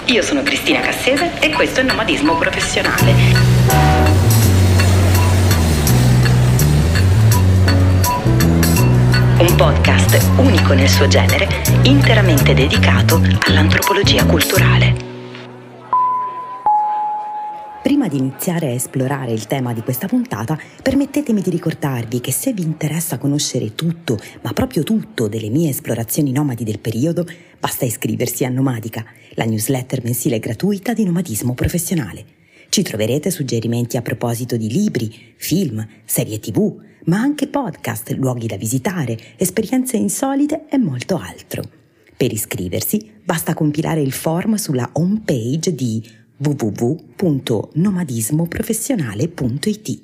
Io sono Cristina Cassese e questo è Nomadismo Professionale. Un podcast unico nel suo genere, interamente dedicato all'antropologia culturale. Prima di iniziare a esplorare il tema di questa puntata, permettetemi di ricordarvi che se vi interessa conoscere tutto, ma proprio tutto, delle mie esplorazioni nomadi del periodo, basta iscriversi a Nomadica, la newsletter mensile gratuita di Nomadismo Professionale. Ci troverete suggerimenti a proposito di libri, film, serie TV, ma anche podcast, luoghi da visitare, esperienze insolite e molto altro. Per iscriversi basta compilare il form sulla home page di www.nomadismoprofessionale.it.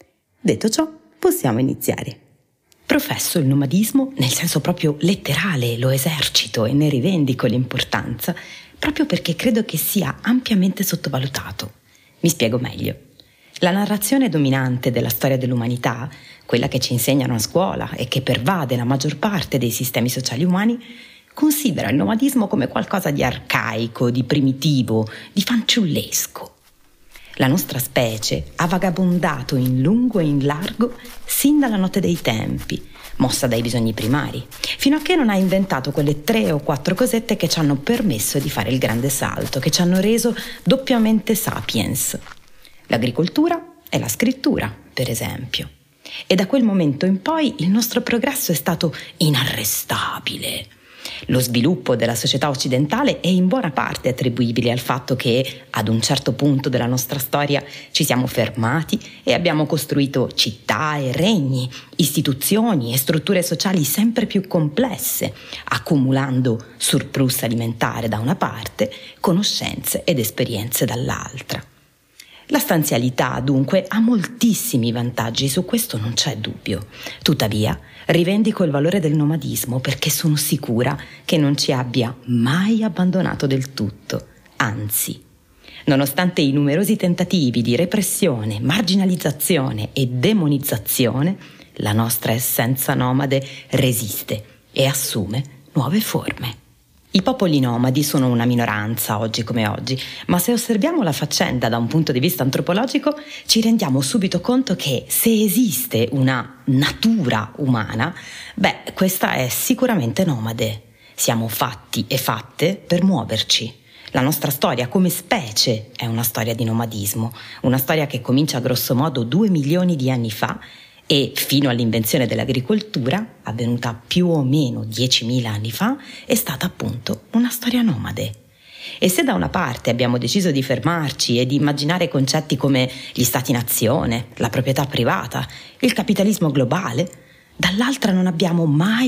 Detto ciò, possiamo iniziare. Professo il nomadismo nel senso proprio letterale, lo esercito e ne rivendico l'importanza, proprio perché credo che sia ampiamente sottovalutato. Mi spiego meglio. La narrazione dominante della storia dell'umanità, quella che ci insegnano a scuola e che pervade la maggior parte dei sistemi sociali umani, considera il nomadismo come qualcosa di arcaico, di primitivo, di fanciullesco. La nostra specie ha vagabondato in lungo e in largo sin dalla notte dei tempi, mossa dai bisogni primari, fino a che non ha inventato quelle 3 o 4 cosette che ci hanno permesso di fare il grande salto, che ci hanno reso doppiamente sapiens. L'agricoltura e la scrittura, per esempio. E da quel momento in poi il nostro progresso è stato inarrestabile. Lo sviluppo della società occidentale è in buona parte attribuibile al fatto che, ad un certo punto della nostra storia, ci siamo fermati e abbiamo costruito città e regni, istituzioni e strutture sociali sempre più complesse, accumulando surplus alimentare da una parte, conoscenze ed esperienze dall'altra. La stanzialità, dunque, ha moltissimi vantaggi, su questo non c'è dubbio. Tuttavia, rivendico il valore del nomadismo perché sono sicura che non ci abbia mai abbandonato del tutto. Anzi, nonostante i numerosi tentativi di repressione, marginalizzazione e demonizzazione, la nostra essenza nomade resiste e assume nuove forme. I popoli nomadi sono una minoranza oggi come oggi, ma se osserviamo la faccenda da un punto di vista antropologico ci rendiamo subito conto che se esiste una natura umana, questa è sicuramente nomade. Siamo fatti e fatte per muoverci. La nostra storia come specie è una storia di nomadismo, una storia che comincia grosso modo 2 milioni di anni fa e fino all'invenzione dell'agricoltura, avvenuta più o meno 10.000 anni fa, è stata appunto una storia nomade. E se da una parte abbiamo deciso di fermarci e di immaginare concetti come gli stati-nazione, la proprietà privata, il capitalismo globale, dall'altra non abbiamo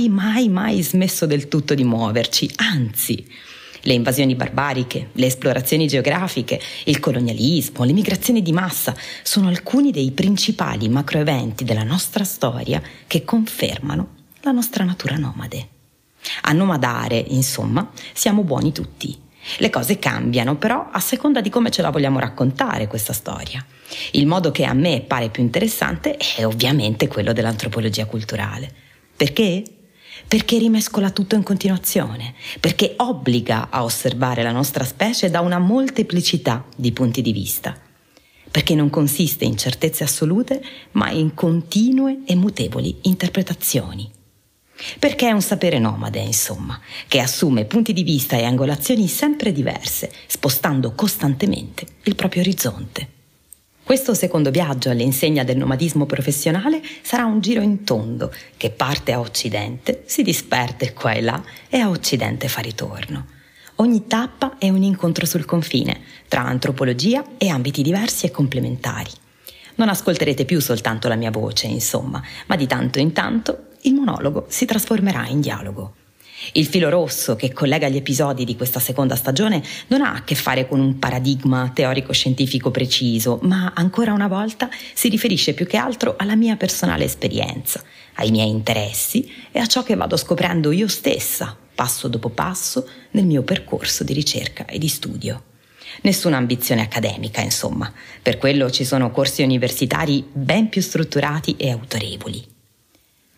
mai smesso del tutto di muoverci, anzi. Le invasioni barbariche, le esplorazioni geografiche, il colonialismo, le migrazioni di massa sono alcuni dei principali macroeventi della nostra storia che confermano la nostra natura nomade. A nomadare, insomma, siamo buoni tutti. Le cose cambiano però a seconda di come ce la vogliamo raccontare questa storia. Il modo che a me pare più interessante è ovviamente quello dell'antropologia culturale. Perché? Perché rimescola tutto in continuazione, perché obbliga a osservare la nostra specie da una molteplicità di punti di vista, perché non consiste in certezze assolute, ma in continue e mutevoli interpretazioni. Perché è un sapere nomade, insomma, che assume punti di vista e angolazioni sempre diverse, spostando costantemente il proprio orizzonte. Questo secondo viaggio all'insegna del nomadismo professionale sarà un giro in tondo che parte a occidente, si disperde qua e là e a occidente fa ritorno. Ogni tappa è un incontro sul confine tra antropologia e ambiti diversi e complementari. Non ascolterete più soltanto la mia voce, insomma, ma di tanto in tanto il monologo si trasformerà in dialogo. Il filo rosso che collega gli episodi di questa seconda stagione non ha a che fare con un paradigma teorico-scientifico preciso, ma ancora una volta si riferisce più che altro alla mia personale esperienza, ai miei interessi e a ciò che vado scoprendo io stessa, passo dopo passo, nel mio percorso di ricerca e di studio. Nessuna ambizione accademica, insomma. Per quello ci sono corsi universitari ben più strutturati e autorevoli.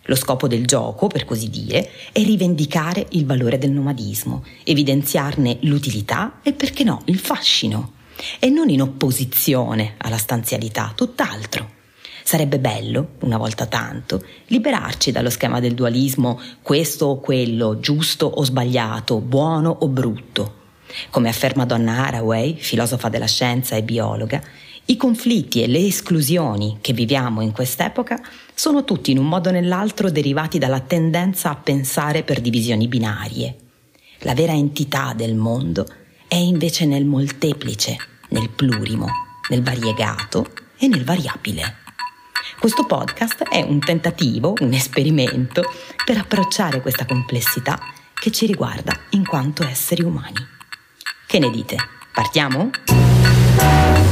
Lo scopo del gioco, per così dire, è rivendicare il valore del nomadismo, evidenziarne l'utilità e, perché no, il fascino, e non in opposizione alla stanzialità, tutt'altro. Sarebbe bello, una volta tanto, liberarci dallo schema del dualismo questo o quello, giusto o sbagliato, buono o brutto. Come afferma Donna Haraway, filosofa della scienza e biologa, i conflitti e le esclusioni che viviamo in quest'epoca sono tutti in un modo o nell'altro derivati dalla tendenza a pensare per divisioni binarie. La vera entità del mondo è invece nel molteplice, nel plurimo, nel variegato e nel variabile. Questo podcast è un tentativo, un esperimento per approcciare questa complessità che ci riguarda in quanto esseri umani. Che ne dite? Partiamo?